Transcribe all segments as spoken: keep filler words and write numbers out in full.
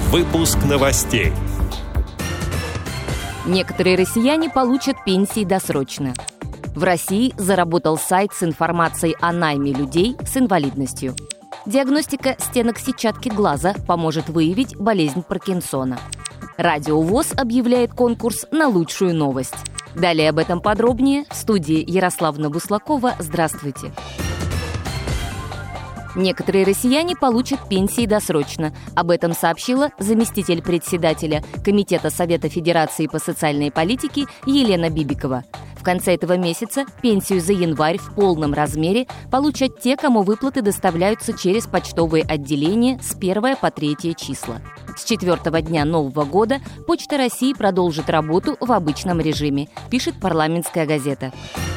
Выпуск новостей. Некоторые россияне получат пенсии досрочно. В России заработал сайт с информацией о найме людей с инвалидностью. Диагностика стенок сетчатки глаза поможет выявить болезнь Паркинсона. Радио ВОС объявляет конкурс на лучшую новость. Далее об этом подробнее в студии Ярославна Буслакова. Здравствуйте. Некоторые россияне получат пенсии досрочно. Об этом сообщила заместитель председателя Комитета Совета Федерации по социальной политике Елена Бибикова. В конце этого месяца пенсию за январь в полном размере получат те, кому выплаты доставляются через почтовые отделения с первого по третье числа. С четвертого дня Нового года Почта России продолжит работу в обычном режиме, пишет «Парламентская газета».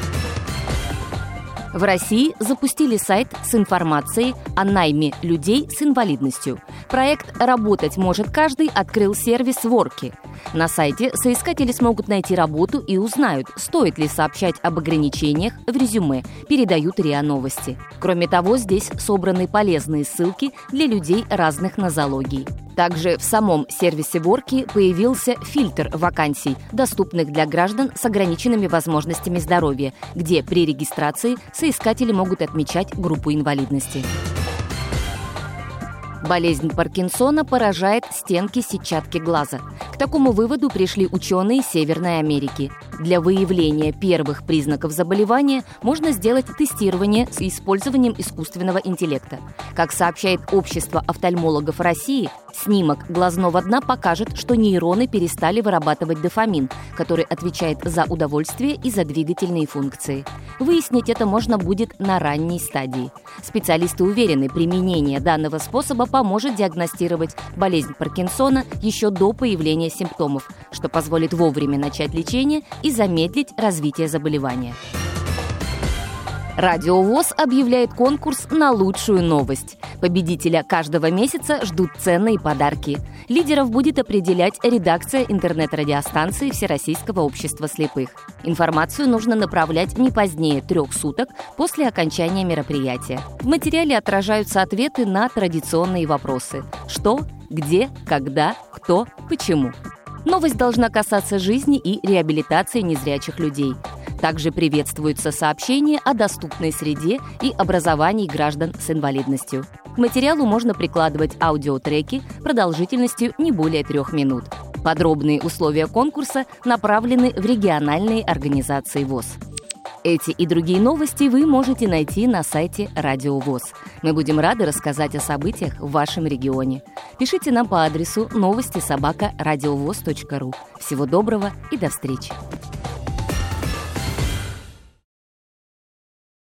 В России запустили сайт с информацией о найме людей с инвалидностью. Проект «Работать может каждый» открыл сервис Ворки. На сайте соискатели смогут найти работу и узнают, стоит ли сообщать об ограничениях в резюме, передают РИА Новости. Кроме того, здесь собраны полезные ссылки для людей разных нозологий. Также в самом сервисе Ворки появился фильтр вакансий, доступных для граждан с ограниченными возможностями здоровья, где при регистрации соискатели могут отмечать группу инвалидности. Болезнь Паркинсона поражает стенки сетчатки глаза. К такому выводу пришли ученые Северной Америки. Для выявления первых признаков заболевания можно сделать тестирование с использованием искусственного интеллекта. Как сообщает Общество офтальмологов России, снимок глазного дна покажет, что нейроны перестали вырабатывать дофамин, который отвечает за удовольствие и за двигательные функции. Выяснить это можно будет на ранней стадии. Специалисты уверены, применение данного способа поможет диагностировать болезнь Паркинсона еще до появления симптомов, что позволит вовремя начать лечение и замедлить развитие заболевания. Радио ВОС объявляет конкурс на лучшую новость. Победителя каждого месяца ждут ценные подарки. Лидеров будет определять редакция интернет-радиостанции Всероссийского общества слепых. Информацию нужно направлять не позднее трех суток после окончания мероприятия. В материале отражаются ответы на традиционные вопросы: что, где, когда, кто, почему. Новость должна касаться жизни и реабилитации незрячих людей. Также приветствуются сообщения о доступной среде и образовании граждан с инвалидностью. К материалу можно прикладывать аудиотреки продолжительностью не более трех минут. Подробные условия конкурса направлены в региональные организации ВОС. Эти и другие новости вы можете найти на сайте Радио ВОС. Мы будем рады рассказать о событиях в вашем регионе. Пишите нам по адресу новости собака радиовос точка ру. Всего доброго и до встречи!